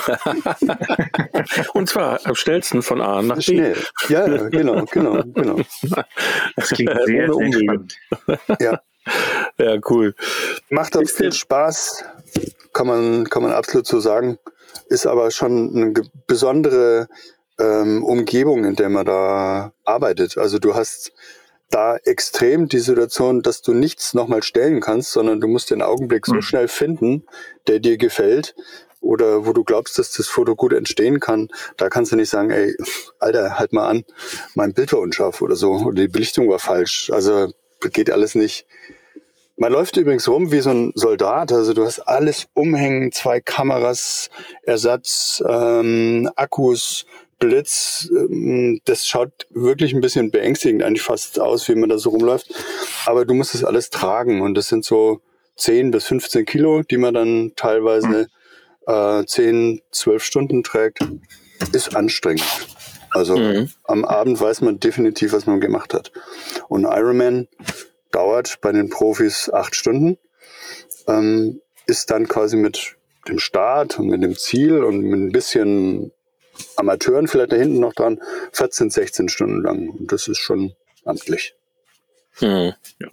Und zwar am schnellsten von A nach B. Schnell. Ja, genau. Das klingt sehr, sehr spannend. Ja. Ja, cool. Macht auch viel Spaß, kann man absolut so sagen. Ist aber schon eine besondere Umgebung, in der man da arbeitet. Also du hast da extrem die Situation, dass du nichts nochmal stellen kannst, sondern du musst den Augenblick so schnell finden, der dir gefällt oder wo du glaubst, dass das Foto gut entstehen kann. Da kannst du nicht sagen, ey, Alter, halt mal an, mein Bild war unscharf oder so oder die Belichtung war falsch. Also geht alles nicht. Man läuft übrigens rum wie so ein Soldat, also du hast alles umhängen, 2 Kameras, Ersatz, Akkus, Blitz, das schaut wirklich ein bisschen beängstigend eigentlich fast aus, wie man da so rumläuft, aber du musst das alles tragen und das sind so 10 bis 15 Kilo, die man dann teilweise 10, 12 Stunden trägt, ist anstrengend. Also am Abend weiß man definitiv, was man gemacht hat. Und Ironman dauert bei den Profis 8 Stunden, ist dann quasi mit dem Start und mit dem Ziel und mit ein bisschen Amateuren vielleicht da hinten noch dran 14, 16 Stunden lang. Und das ist schon amtlich. So.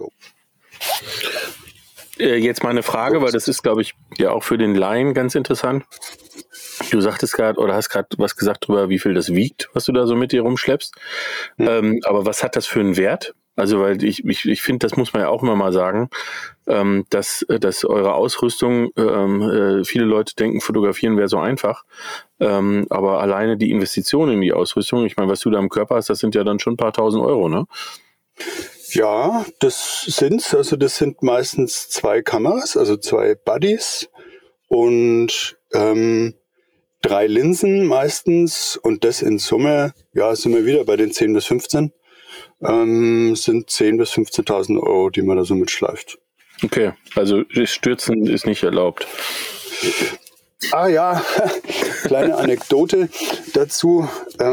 Jetzt mal eine Frage, weil das ist, glaube ich, ja auch für den Laien ganz interessant. Du sagtest gerade oder hast gerade was gesagt darüber, wie viel das wiegt, was du da so mit dir rumschleppst. Aber was hat das für einen Wert? Also, weil ich finde, das muss man ja auch immer mal sagen, dass eure Ausrüstung, viele Leute denken, fotografieren wäre so einfach, aber alleine die Investition in die Ausrüstung, ich meine, was du da im Körper hast, das sind ja dann schon ein paar tausend Euro, ne? Ja, das sind meistens 2 Kameras, also 2 Buddies und 3 Linsen meistens und das in Summe, ja, sind wir wieder bei den 10 bis 15. Sind 10.000 bis 15.000 Euro, die man da so mitschleift. Okay, also Stürzen ist nicht erlaubt. Ah ja, kleine Anekdote dazu.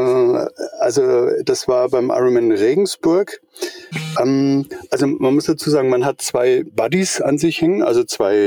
Also das war beim Ironman Regensburg. Also man muss dazu sagen, man hat 2 Buddies an sich hängen, also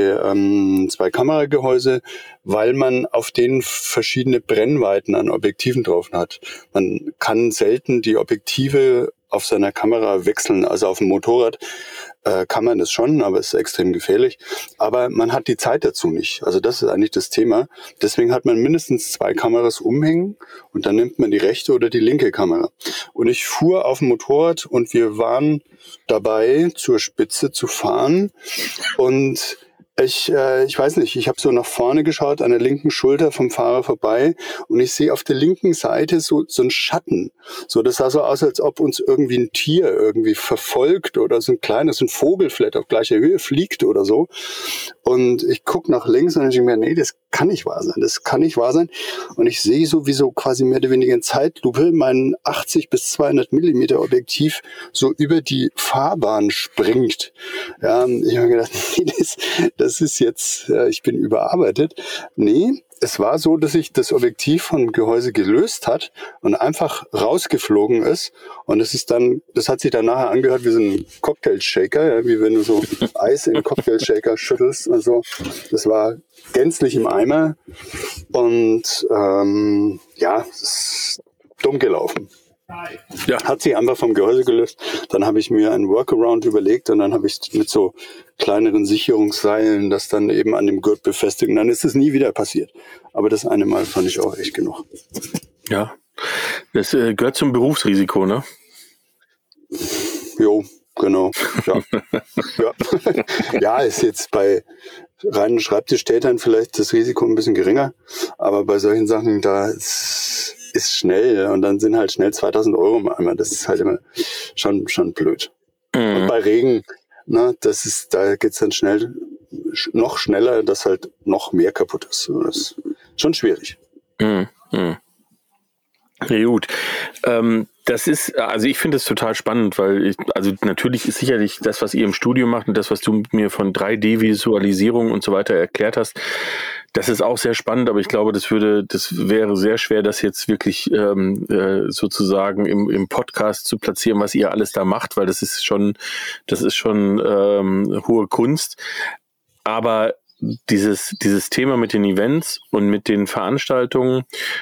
2 Kameragehäuse, weil man auf denen verschiedene Brennweiten an Objektiven drauf hat. Man kann selten die Objektive auf seiner Kamera wechseln. Also auf dem Motorrad kann man das schon, aber es ist extrem gefährlich. Aber man hat die Zeit dazu nicht. Also das ist eigentlich das Thema. Deswegen hat man mindestens 2 Kameras umhängen und dann nimmt man die rechte oder die linke Kamera. Und ich fuhr auf dem Motorrad und wir waren dabei, zur Spitze zu fahren und ich weiß nicht, ich habe so nach vorne geschaut, an der linken Schulter vom Fahrer vorbei und ich sehe auf der linken Seite so ein Schatten. So, das sah so aus, als ob uns irgendwie ein Tier irgendwie verfolgt oder so ein Vogel vielleicht auf gleicher Höhe fliegt oder so. Und ich gucke nach links und ich denke mir, nee, das kann nicht wahr sein. Und ich sehe sowieso quasi mehr oder weniger in Zeitlupe mein 80 bis 200 Millimeter Objektiv so über die Fahrbahn springt. Ja, ich habe gedacht, nee, das ist jetzt, ich bin überarbeitet. Nee, es war so, dass sich das Objektiv vom Gehäuse gelöst hat und einfach rausgeflogen ist. Und das hat sich dann nachher angehört wie so ein Cocktailshaker, ja, wie wenn du so Eis in einen Cocktailshaker schüttelst. Also das war gänzlich im Eimer und ja, es ist dumm gelaufen. Ja. Hat sich einfach vom Gehäuse gelöst. Dann habe ich mir einen Workaround überlegt und dann habe ich mit so kleineren Sicherungsseilen das dann eben an dem Gurt befestigt. Und dann ist es nie wieder passiert. Aber das eine Mal fand ich auch echt genug. Ja, das gehört zum Berufsrisiko, ne? Jo, genau. Ja, ja, ist jetzt bei reinen Schreibtischtätern vielleicht das Risiko ein bisschen geringer. Aber bei solchen Sachen, da ist schnell und dann sind halt schnell 2.000 Euro im Eimer. Das ist halt immer schon blöd. Und bei Regen, ne, da geht's dann noch schneller, dass halt noch mehr kaputt ist. Das ist schon schwierig. Ja, gut. Das ist, also ich finde es total spannend, weil natürlich ist sicherlich das, was ihr im Studio macht und das, was du mir von 3D-Visualisierung und so weiter erklärt hast, das ist auch sehr spannend, aber ich glaube, das wäre sehr schwer, das jetzt wirklich sozusagen im Podcast zu platzieren, was ihr alles da macht, weil das ist schon hohe Kunst. Aber dieses Thema mit den Events und mit den Veranstaltungen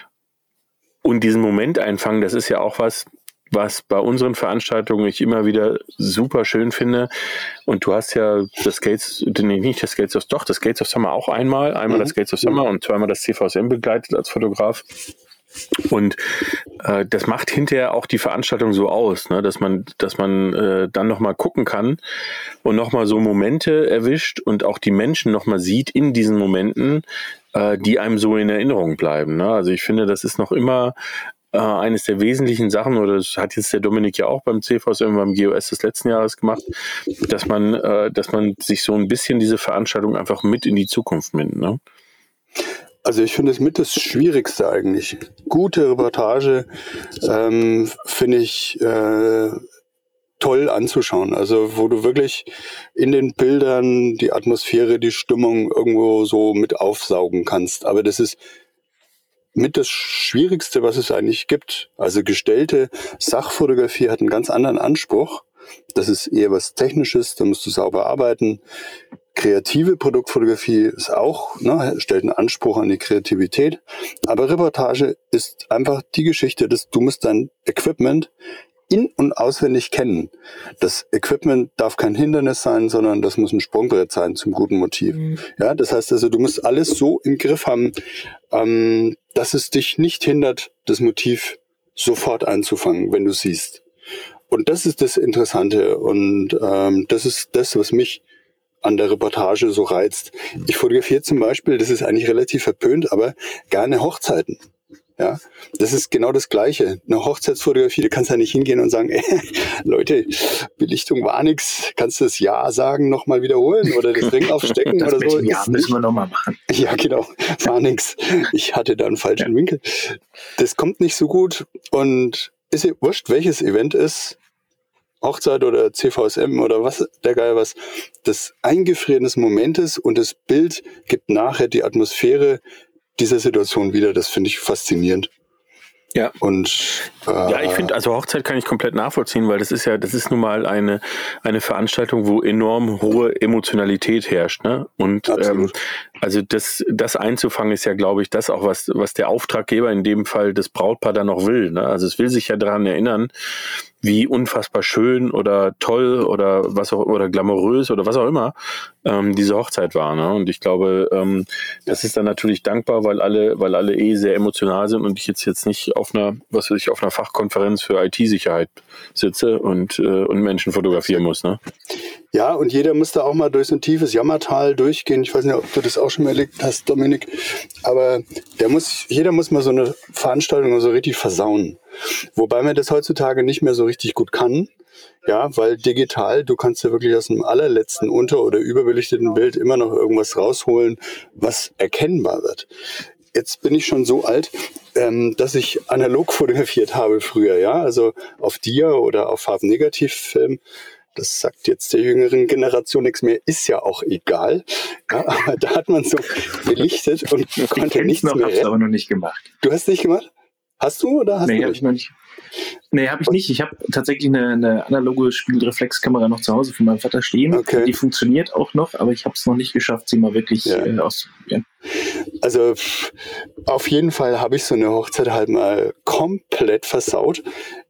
und diesen Moment einfangen, das ist ja auch was bei unseren Veranstaltungen ich immer wieder super schön finde. Und du hast ja das Skates of Summer auch einmal das Skates of Summer und zweimal das CVSM begleitet als Fotograf. Und das macht hinterher auch die Veranstaltung so aus, ne? dass man dann nochmal gucken kann und nochmal so Momente erwischt und auch die Menschen nochmal sieht in diesen Momenten, die einem so in Erinnerung bleiben. Ne? Also ich finde, das ist noch immer eines der wesentlichen Sachen, oder das hat jetzt der Dominik ja auch beim CVSM, beim GOS des letzten Jahres gemacht, dass man sich so ein bisschen diese Veranstaltung einfach mit in die Zukunft nimmt. Ne? Also ich finde es mit das Schwierigste eigentlich. Gute Reportage finde ich toll anzuschauen. Also wo du wirklich in den Bildern die Atmosphäre, die Stimmung irgendwo so mit aufsaugen kannst. Aber das ist mit das Schwierigste, was es eigentlich gibt. Also gestellte Sachfotografie hat einen ganz anderen Anspruch. Das ist eher was Technisches, da musst du sauber arbeiten. Kreative Produktfotografie ist auch, stellt einen Anspruch an die Kreativität. Aber Reportage ist einfach die Geschichte, dass du musst dein Equipment in- und auswendig kennen. Das Equipment darf kein Hindernis sein, sondern das muss ein Sprungbrett sein zum guten Motiv. Ja, das heißt also, du musst alles so im Griff haben, dass es dich nicht hindert, das Motiv sofort einzufangen, wenn du siehst. Und das ist das Interessante und das ist das, was mich an der Reportage so reizt. Ich fotografiere zum Beispiel, das ist eigentlich relativ verpönt, aber gerne Hochzeiten. Ja, das ist genau das Gleiche. Eine Hochzeitsfotografie, du kannst ja nicht hingehen und sagen, Leute, Belichtung war nix. Kannst du das Ja sagen, nochmal wiederholen oder das Ring aufstecken das oder so? Ja, müssen wir nochmal machen. Ja, genau. War nix. Ich hatte da einen falschen Winkel. Das kommt nicht so gut und ist ja wurscht, welches Event ist. Hochzeit oder CVSM oder was, der Geil was. Das Eingefrieren des Momentes und das Bild gibt nachher die Atmosphäre dieser Situation wieder. Das finde ich faszinierend. Ja. Und ja, ich finde, also Hochzeit kann ich komplett nachvollziehen, weil das ist nun mal eine Veranstaltung, wo enorm hohe Emotionalität herrscht, ne? Und also das einzufangen ist ja, glaube ich, das auch, was der Auftraggeber, in dem Fall das Brautpaar, dann noch will, ne? Also es will sich ja daran erinnern, wie unfassbar schön oder toll oder was auch, oder glamourös oder was auch immer diese Hochzeit war, ne? Und ich glaube, das ist dann natürlich dankbar, weil alle sehr emotional sind und ich jetzt nicht auf einer Fachkonferenz für IT-Sicherheit sitze und Menschen fotografieren muss, ne? Ja, und jeder muss da auch mal durch so ein tiefes Jammertal durchgehen. Ich weiß nicht, ob du das auch schon mal erlebt hast, Dominik, aber jeder muss mal so eine Veranstaltung so richtig versauen. Wobei man das heutzutage nicht mehr so richtig gut kann. Ja, weil digital, du kannst ja wirklich aus dem allerletzten unter- oder überbelichteten Bild immer noch irgendwas rausholen, was erkennbar wird. Jetzt bin ich schon so alt, dass ich analog fotografiert habe früher, ja, also auf Dia oder auf Farbnegativfilm. Das sagt jetzt der jüngeren Generation nichts mehr, ist ja auch egal. Ja, aber da hat man so belichtet und konnte nichts mehr retten. Ich hab's aber noch nicht gemacht. Du hast nicht gemacht? Hast du oder hast du nicht? Hab ich noch nicht. Nee, habe ich nicht. Ich habe tatsächlich eine analoge Spiegelreflexkamera noch zu Hause von meinem Vater stehen. Okay. Die funktioniert auch noch, aber ich habe es noch nicht geschafft, sie mal wirklich auszuprobieren. Also auf jeden Fall habe ich so eine Hochzeit halt mal komplett versaut.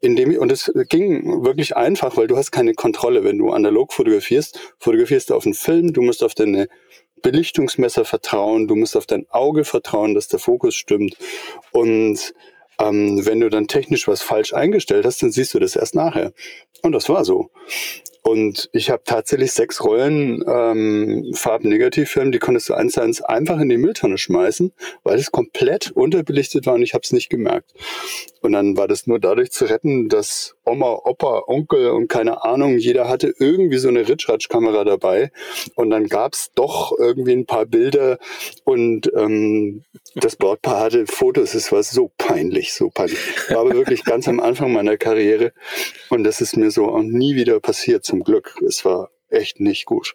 Und es ging wirklich einfach, weil du hast keine Kontrolle. Wenn du analog fotografierst du auf einen Film, du musst auf deine Belichtungsmesser vertrauen, du musst auf dein Auge vertrauen, dass der Fokus stimmt. Und wenn du dann technisch was falsch eingestellt hast, dann siehst du das erst nachher. Und das war so. Und ich habe tatsächlich 6 Rollen Farben-Negativfilm, die konntest du 1:1 einfach in die Mülltonne schmeißen, weil es komplett unterbelichtet war und ich habe es nicht gemerkt. Und dann war das nur dadurch zu retten, dass Oma, Opa, Onkel und keine Ahnung, jeder hatte irgendwie so eine Ritschratsch-Kamera dabei. Und dann gab's doch irgendwie ein paar Bilder und das Brautpaar hatte Fotos. Es war so peinlich, so peinlich. War aber wirklich ganz am Anfang meiner Karriere und das ist mir so auch nie wieder passiert, zum Glück. Es war echt nicht gut.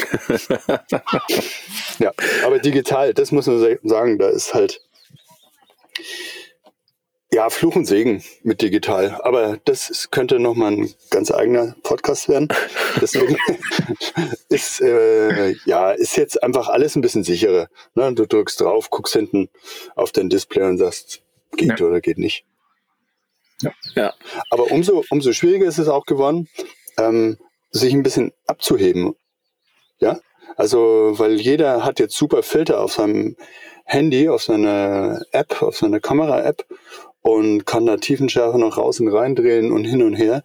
Ja, aber digital, das muss man sagen, da ist halt ja, Fluch und Segen mit digital. Aber das könnte nochmal ein ganz eigener Podcast werden. Deswegen ist jetzt einfach alles ein bisschen sicherer. Ne? Du drückst drauf, guckst hinten auf dein Display und sagst, geht oder geht nicht. Ja. Aber umso schwieriger ist es auch geworden, sich ein bisschen abzuheben. Ja, also, weil jeder hat jetzt super Filter auf seinem Handy, auf seiner App, auf seiner Kamera-App und kann da Tiefenschärfe noch raus und rein drehen und hin und her.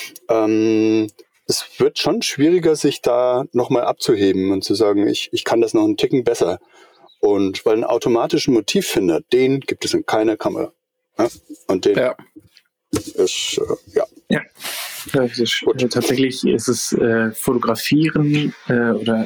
Es wird schon schwieriger, sich da nochmal abzuheben und zu sagen, ich kann das noch einen Ticken besser. Und weil einen automatischen Motivfinder, den gibt es in keiner Kamera. Ja? Und den ist, tatsächlich ist es Fotografieren oder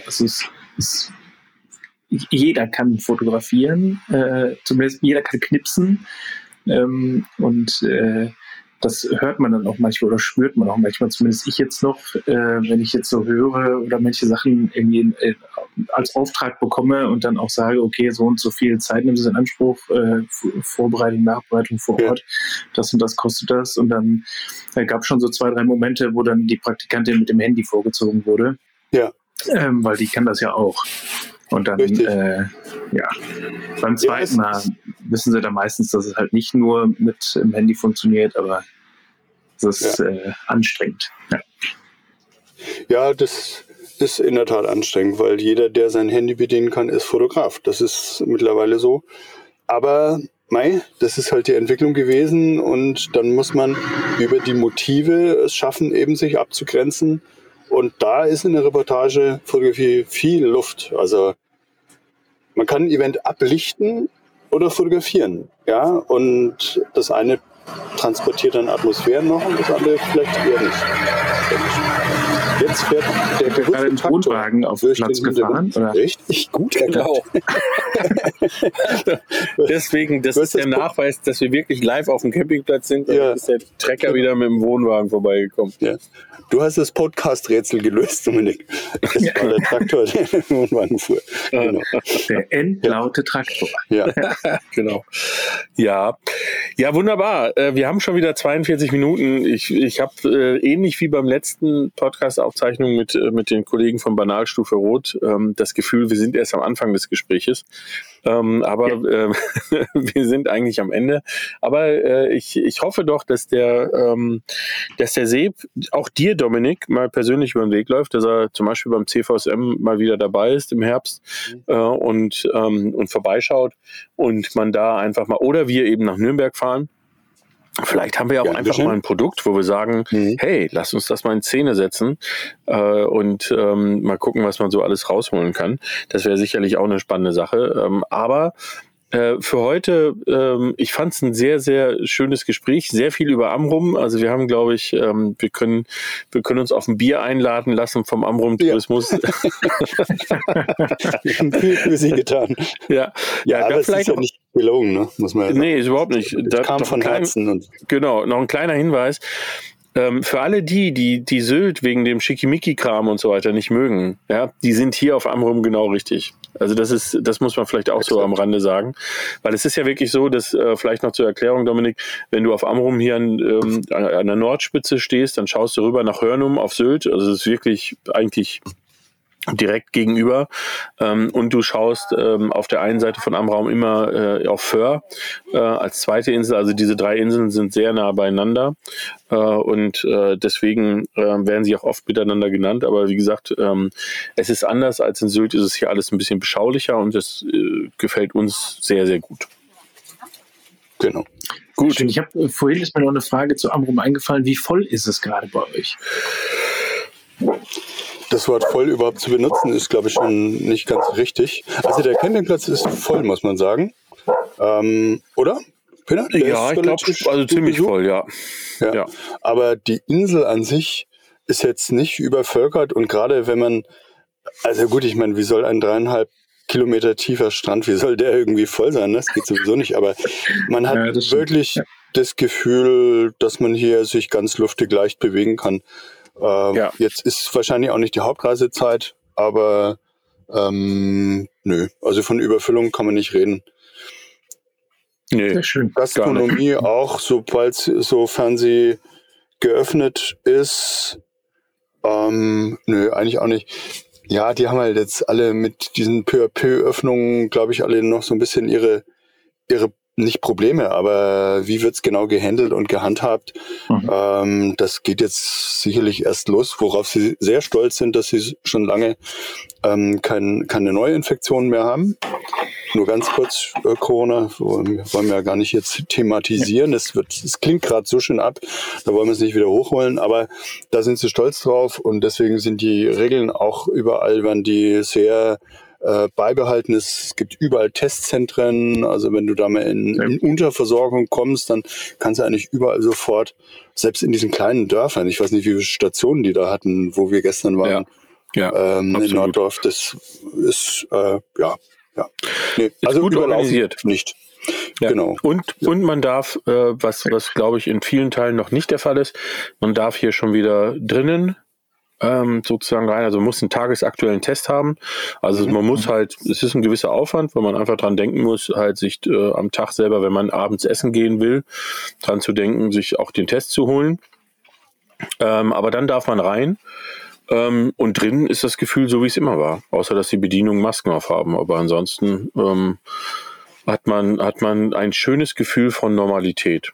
jeder kann fotografieren, zumindest jeder kann knipsen und das hört man dann auch manchmal oder spürt man auch manchmal, zumindest ich jetzt noch, wenn ich jetzt so höre oder manche Sachen irgendwie als Auftrag bekomme und dann auch sage, okay, so und so viel Zeit nimmst du in Anspruch, Vorbereitung, Nachbereitung vor Ort, das und das kostet das und dann gab es schon so 2, 3 Momente, wo dann die Praktikantin mit dem Handy vorgezogen wurde, weil die kann das ja auch. Und dann, beim zweiten Mal wissen sie dann meistens, dass es halt nicht nur mit dem Handy funktioniert, aber es ist anstrengend. Ja, das ist in der Tat anstrengend, weil jeder, der sein Handy bedienen kann, ist Fotograf. Das ist mittlerweile so. Aber das ist halt die Entwicklung gewesen und dann muss man über die Motive es schaffen, eben sich abzugrenzen. Und da ist in der Reportagefotografie viel Luft. Also man kann ein Event ablichten oder fotografieren. Ja, und das eine transportiert dann Atmosphären noch und das andere vielleicht eher nicht. Jetzt fährt der gerade ein Wohnwagen auf den Platz gefahren. Richtig gut erkannt. Deswegen, das ist der Nachweis, dass wir wirklich live auf dem Campingplatz sind. Und ist der Trecker wieder mit dem Wohnwagen vorbeigekommen. Ja. Du hast das Podcast-Rätsel gelöst, Dominik. Das war der Traktor, der mit dem Wohnwagen fuhr. Genau. Der endlaute Traktor. Ja, genau. Ja, wunderbar. Wir haben schon wieder 42 Minuten. Ich habe ähnlich wie beim letzten Podcast-Aufzeichnung mit den Kollegen von Banalstufe Rot das Gefühl, wir sind erst am Anfang des Gespräches. Aber wir sind eigentlich am Ende. Aber ich hoffe doch, dass der Seb auch dir, Dominik, mal persönlich über den Weg läuft, dass er zum Beispiel beim CVSM mal wieder dabei ist im Herbst und vorbeischaut und man da einfach mal, oder wir eben nach Nürnberg fahren. Vielleicht haben wir auch einfach mal ein Produkt, wo wir sagen, hey, lass uns das mal in Szene setzen und mal gucken, was man so alles rausholen kann. Das wäre sicherlich auch eine spannende Sache. Aber für heute, ich fand es ein sehr, sehr schönes Gespräch, sehr viel über Amrum. Also wir haben, glaube ich, wir können uns auf ein Bier einladen lassen vom Amrum-Tourismus. Wir haben viel für Sie getan. Ja, aber es ist ja nicht gelogen, ne? Muss man ja sagen. Nee, ist überhaupt nicht. Das kam von Herzen. Genau, noch ein kleiner Hinweis. Für alle die Sylt wegen dem Schickimicki-Kram und so weiter nicht mögen, ja, die sind hier auf Amrum genau richtig. Also das muss man vielleicht auch so am Rande sagen, weil es ist ja wirklich so, dass vielleicht noch zur Erklärung, Dominik, wenn du auf Amrum hier an der Nordspitze stehst, dann schaust du rüber nach Hörnum auf Sylt. Also es ist wirklich eigentlich direkt gegenüber, und du schaust auf der einen Seite von Amraum immer auf Föhr als zweite Insel. Also diese 3 Inseln sind sehr nah beieinander, und deswegen werden sie auch oft miteinander genannt. Aber wie gesagt, es ist anders als in Sylt, ist es hier alles ein bisschen beschaulicher, und es gefällt uns sehr, sehr gut. Genau. Gut. Ich habe vorhin ist mir noch eine Frage zu Amrum eingefallen. Wie voll ist es gerade bei euch? Das Wort voll überhaupt zu benutzen, ist, glaube ich, schon nicht ganz richtig. Also der Campingplatz ist voll, muss man sagen. Oder? Peter? Ja, ich glaube, also ziemlich voll, ja. Aber die Insel an sich ist jetzt nicht übervölkert, und gerade wenn man, also gut, ich meine, wie soll ein 3,5 Kilometer tiefer Strand, wie soll der irgendwie voll sein? Das geht sowieso nicht, aber man hat wirklich das Gefühl, dass man hier sich ganz luftig leicht bewegen kann. Jetzt ist wahrscheinlich auch nicht die Hauptreisezeit, aber nö, also von Überfüllung kann man nicht reden. Nee, sehr schön. Gastronomie auch, sofern sie geöffnet ist, nö, eigentlich auch nicht. Ja, die haben halt jetzt alle mit diesen Peu-à-peu-Öffnungen, glaube ich, alle noch so ein bisschen ihre nicht Probleme, aber wie wird's genau gehandelt und gehandhabt? Das geht jetzt sicherlich erst los, worauf sie sehr stolz sind, dass sie schon lange keine Neuinfektionen mehr haben. Nur ganz kurz, Corona wollen wir ja gar nicht jetzt thematisieren. Es klingt gerade so schön ab, da wollen wir es nicht wieder hochholen, aber da sind sie stolz drauf, und deswegen sind die Regeln auch überall, werden die sehr beibehalten. Es gibt überall Testzentren, also wenn du da mal in Unterversorgung kommst, dann kannst du eigentlich überall sofort, selbst in diesen kleinen Dörfern, ich weiß nicht, wie viele Stationen die da hatten, wo wir gestern waren, in Norddorf, das ist, Nee, also gut organisiert. Nicht. Ja. Genau. Und man darf, was glaube ich in vielen Teilen noch nicht der Fall ist, man darf hier schon wieder drinnen sozusagen rein, also man muss einen tagesaktuellen Test haben. Also man muss halt, es ist ein gewisser Aufwand, weil man einfach dran denken muss, halt sich am Tag selber, wenn man abends essen gehen will, dran zu denken, sich auch den Test zu holen. Aber dann darf man rein. Und drinnen ist das Gefühl so, wie es immer war. Außer, dass die Bedienungen Masken aufhaben. Aber ansonsten hat man ein schönes Gefühl von Normalität.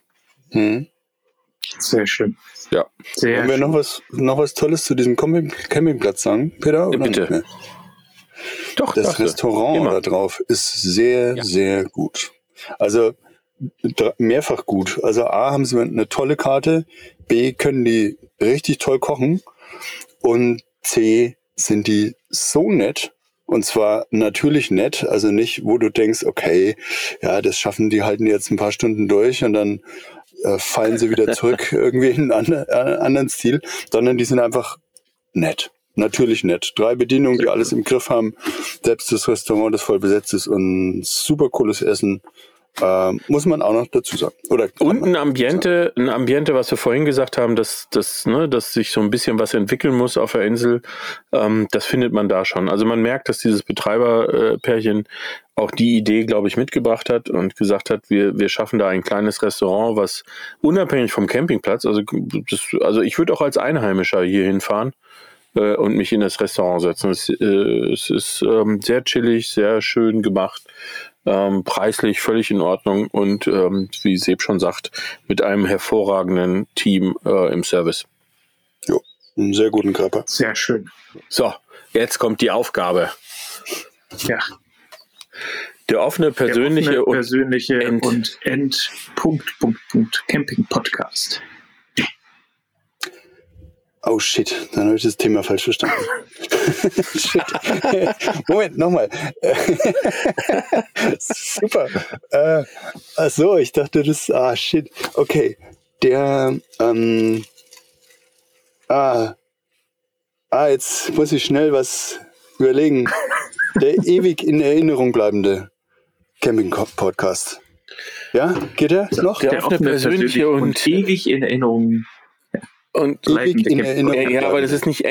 Sehr schön. Ja. Wollen wir noch was Tolles zu diesem Campingplatz sagen, Peter? Oder bitte. Nicht mehr? Doch, das Restaurant da drauf ist sehr, sehr gut. Also mehrfach gut. Also A, haben sie eine tolle Karte, B, können die richtig toll kochen, und C, sind die so nett. Und zwar natürlich nett, also nicht, wo du denkst, okay, ja, das schaffen die, halten jetzt ein paar Stunden durch und dann fallen sie wieder zurück irgendwie in einen anderen Stil, sondern die sind einfach nett. Natürlich nett. 3 Bedienungen, die alles im Griff haben. Selbst das Restaurant, das voll besetzt ist, und super cooles Essen. Muss man auch noch dazu sagen. Und ein Ambiente, was wir vorhin gesagt haben, dass sich so ein bisschen was entwickeln muss auf der Insel, das findet man da schon. Also man merkt, dass dieses Betreiberpärchen auch die Idee, glaube ich, mitgebracht hat und gesagt hat, wir schaffen da ein kleines Restaurant, was unabhängig vom Campingplatz, also ich würde auch als Einheimischer hier hinfahren und mich in das Restaurant setzen. Es ist sehr chillig, sehr schön gemacht. Preislich völlig in Ordnung und wie Seb schon sagt, mit einem hervorragenden Team im Service. Jo, einen sehr guten Körper. Sehr schön. So, jetzt kommt die Aufgabe. Ja. Der offene persönliche und End Camping Podcast. Oh shit, dann habe ich das Thema falsch verstanden. Shit. Moment, nochmal. Super. Ach so, ich dachte, shit. Okay. Jetzt muss ich schnell was überlegen. Der ewig in Erinnerung bleibende Camping-Podcast. Ja, geht der noch? Der offene persönliche und ewig in Erinnerung. Und ewig in Erinnerung. Ja, aber das ist nicht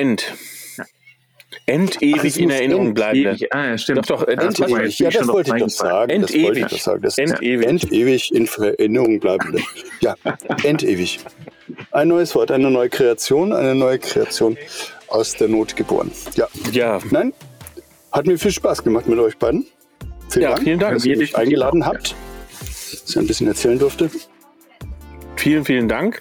Endewig in Erinnerung bleibende. Ja, stimmt. Doch, endewig. Ja, das wollte ich doch sagen. Endewig in Erinnerung bleibende. Ja, endewig. Ein neues Wort, eine neue Kreation aus der Not geboren. Ja, Ja. Nein, hat mir viel Spaß gemacht mit euch beiden. Vielen Dank, dass ihr mich eingeladen habt, dass ich ein bisschen erzählen durfte. Vielen Dank.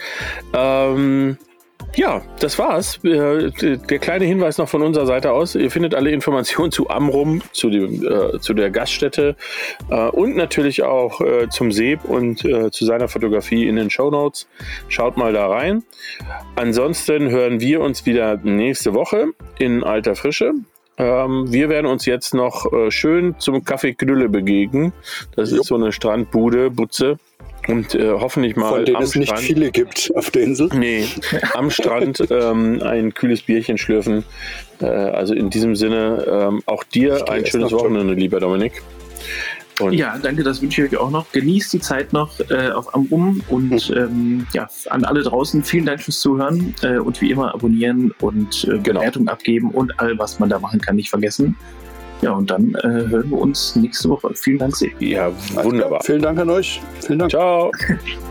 Ja, das war's. Der kleine Hinweis noch von unserer Seite aus. Ihr findet alle Informationen zu Amrum, zu der Gaststätte und natürlich auch zum Seeb und zu seiner Fotografie in den Shownotes. Schaut mal da rein. Ansonsten hören wir uns wieder nächste Woche in alter Frische. Wir werden uns jetzt noch schön zum Kaffee Knülle begegnen. Das ist so eine Strandbude, Butze. Und hoffentlich mal von denen es nicht viele gibt auf der Insel. Nee, am Strand ein kühles Bierchen schlürfen. Also in diesem Sinne auch dir ein schönes Wochenende, lieber Dominik. Und ja, danke, das wünsche ich euch auch noch. Genießt die Zeit noch auf Amrum und an alle draußen vielen Dank fürs Zuhören und wie immer abonnieren und Bewertung abgeben und all, was man da machen kann, nicht vergessen. Ja, und dann hören wir uns nächste Woche. Vielen Dank, Sepp. Ja, wunderbar. Vielen Dank an euch. Vielen Dank. Ciao.